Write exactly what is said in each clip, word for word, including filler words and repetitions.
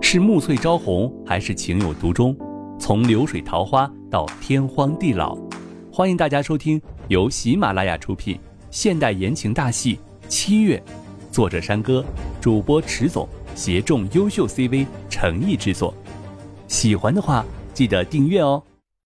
是暮翠朝红，还是情有独钟？从流水桃花到天荒地老，欢迎大家收听由喜马拉雅出品现代言情大戏《七月》，作者山歌，主播迟总，协众优秀 C V 诚意制作。喜欢的话记得订阅哦。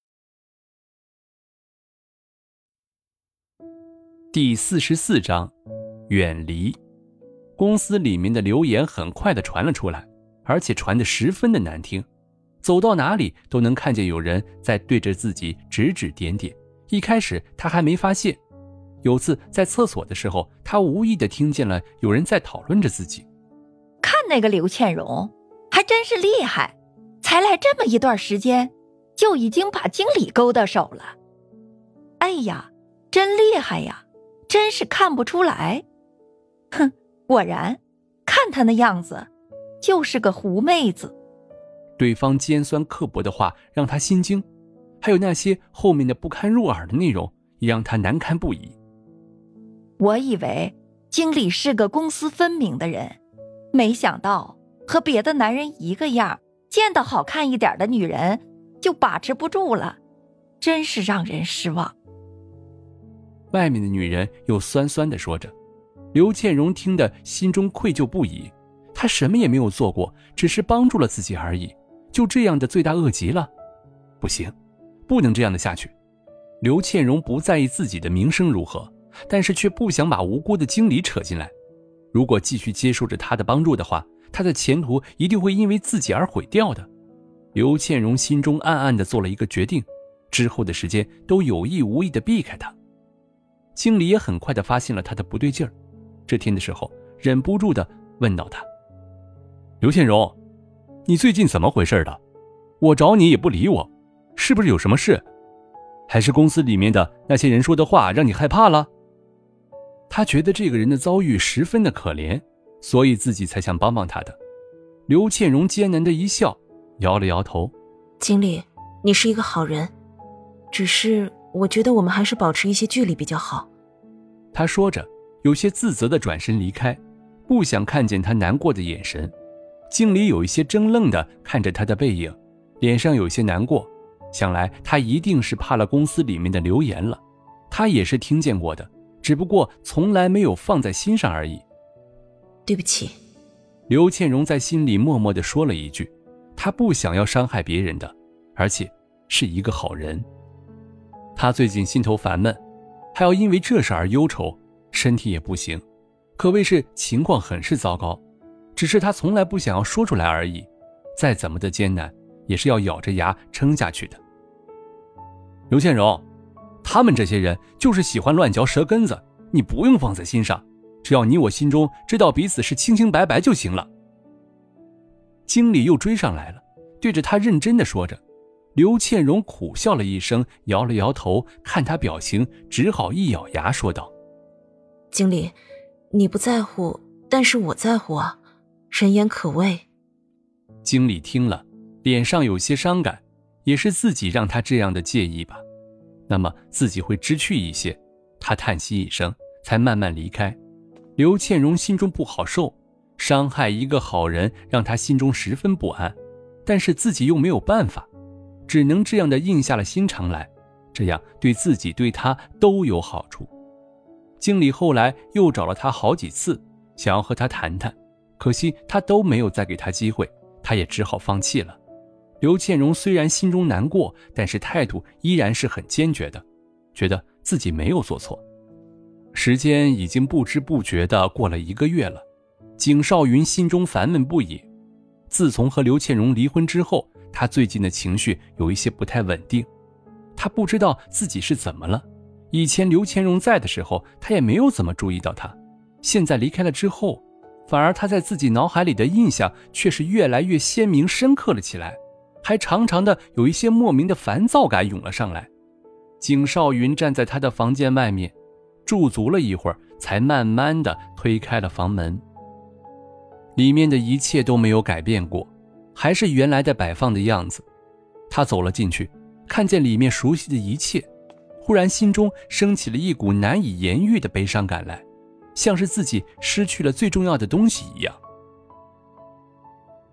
第四十四章，远离。公司里面的流言很快地传了出来，而且传得十分的难听，走到哪里都能看见有人在对着自己指指点点。一开始他还没发现，有次在厕所的时候，他无意地听见了有人在讨论着自己。 看那个刘倩蓉还真是厉害，才来这么一段时间就已经把经理勾到手了。哎呀，真厉害呀，真是看不出来。哼，果然看她那样子就是个狐妹子。 对方尖酸刻薄的话让他心惊，还有那些后面的不堪入耳的内容也让他难堪不已。 我以为经理是个公私分明的人，没想到和别的男人一个样，见到好看一点的女人就把持不住了，真是让人失望。 外面的女人又酸酸地说着，刘倩蓉听得心中愧疚不已，她什么也没有做过，只是帮助了自己而已，就这样的罪大恶极了。不行，不能这样的下去。刘倩蓉不在意自己的名声如何，但是却不想把无辜的经理扯进来。如果继续接受着他的帮助的话，他的前途一定会因为自己而毁掉的。刘倩蓉心中暗暗地做了一个决定，之后的时间都有意无意地避开他。经理也很快地发现了他的不对劲儿，这天的时候忍不住地问到他：刘倩蓉，你最近怎么回事的？我找你也不理我，是不是有什么事？还是公司里面的那些人说的话让你害怕了？他觉得这个人的遭遇十分的可怜，所以自己才想帮帮他的。刘倩蓉艰难的一笑，摇了摇头： 经理，你是一个好人，只是我觉得我们还是保持一些距离比较好。 他说着有些自责地转身离开，不想看见他难过的眼神。经理有一些怔愣地看着他的背影，脸上有些难过，想来他一定是怕了公司里面的流言了。他也是听见过的，只不过从来没有放在心上而已。 对不起。 刘倩蓉在心里默默地说了一句，她不想要伤害别人的，而且是一个好人。她最近心头烦闷，还要因为这事而忧愁，身体也不行，可谓是情况很是糟糕，只是她从来不想要说出来而已，再怎么的艰难也是要咬着牙撑下去的。刘倩蓉，他们这些人就是喜欢乱嚼舌根子，你不用放在心上，只要你我心中知道彼此是清清白白就行了。经理又追上来了，对着他认真地说着。刘倩蓉苦笑了一声，摇了摇头，看他表情，只好一咬牙说道： 经理，你不在乎，但是我在乎啊，人言可畏。 经理听了，脸上有些伤感，也是自己让他这样的介意吧，那么自己会知趣一些。他叹息一声，才慢慢离开。刘倩蓉心中不好受，伤害一个好人让她心中十分不安，但是自己又没有办法，只能这样的硬下了心肠来，这样对自己对他都有好处。经理后来又找了他好几次，想要和他谈谈，可惜他都没有再给他机会，他也只好放弃了。刘倩蓉虽然心中难过，但是态度依然是很坚决的，觉得自己没有做错。时间已经不知不觉地过了一个月了，景少云心中烦闷不已。自从和刘倩蓉离婚之后，他最近的情绪有一些不太稳定，他不知道自己是怎么了。以前刘倩蓉在的时候，他也没有怎么注意到她，现在离开了之后，反而他在自己脑海里的印象却是越来越鲜明深刻了起来，还常常的有一些莫名的烦躁感涌了上来。景少云站在他的房间外面驻足了一会儿，才慢慢的推开了房门。里面的一切都没有改变过，还是原来的摆放的样子。他走了进去，看见里面熟悉的一切，忽然心中升起了一股难以言喻的悲伤感来，像是自己失去了最重要的东西一样。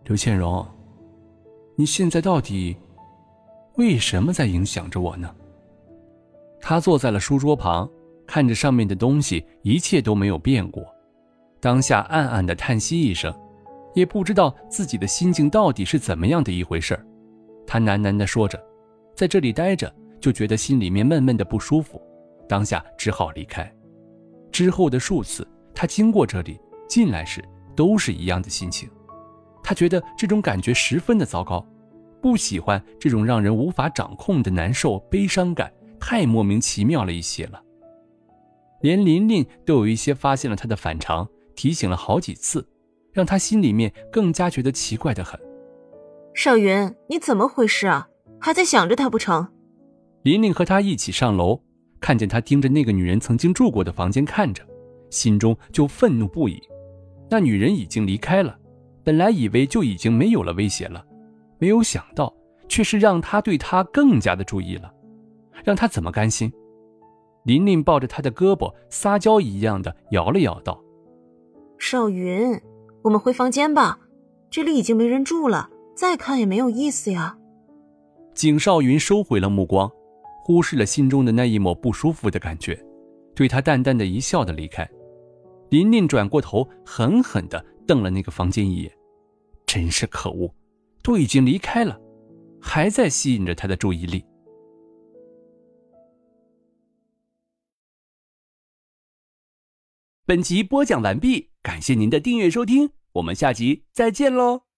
刘倩蓉，你现在到底为什么在影响着我呢？他坐在了书桌旁，看着上面的东西，一切都没有变过。当下暗暗地叹息一声，也不知道自己的心境到底是怎么样的一回事儿。他喃喃地说着，在这里待着就觉得心里面闷闷的不舒服，当下只好离开。之后的数次，他经过这里进来时都是一样的心情。他觉得这种感觉十分的糟糕，不喜欢这种让人无法掌控的难受悲伤感，太莫名其妙了一些了。连琳琳都有一些发现了他的反常，提醒了好几次，让他心里面更加觉得奇怪的很。 少云，你怎么回事啊？还在想着他不成？ 琳琳和他一起上楼，看见他盯着那个女人曾经住过的房间看着，心中就愤怒不已。那女人已经离开了，本来以为就已经没有了威胁了，没有想到却是让他对他更加的注意了，让他怎么甘心？琳琳抱着他的胳膊，撒娇一样的摇了摇道： 少云，我们回房间吧，这里已经没人住了，再看也没有意思呀。 景少云收回了目光，忽视了心中的那一抹不舒服的感觉，对他淡淡的一笑的离开。琳琳转过头，狠狠地瞪了那个房间一眼，真是可恶，都已经离开了，还在吸引着他的注意力。本集播讲完毕，感谢您的订阅收听，我们下集再见喽。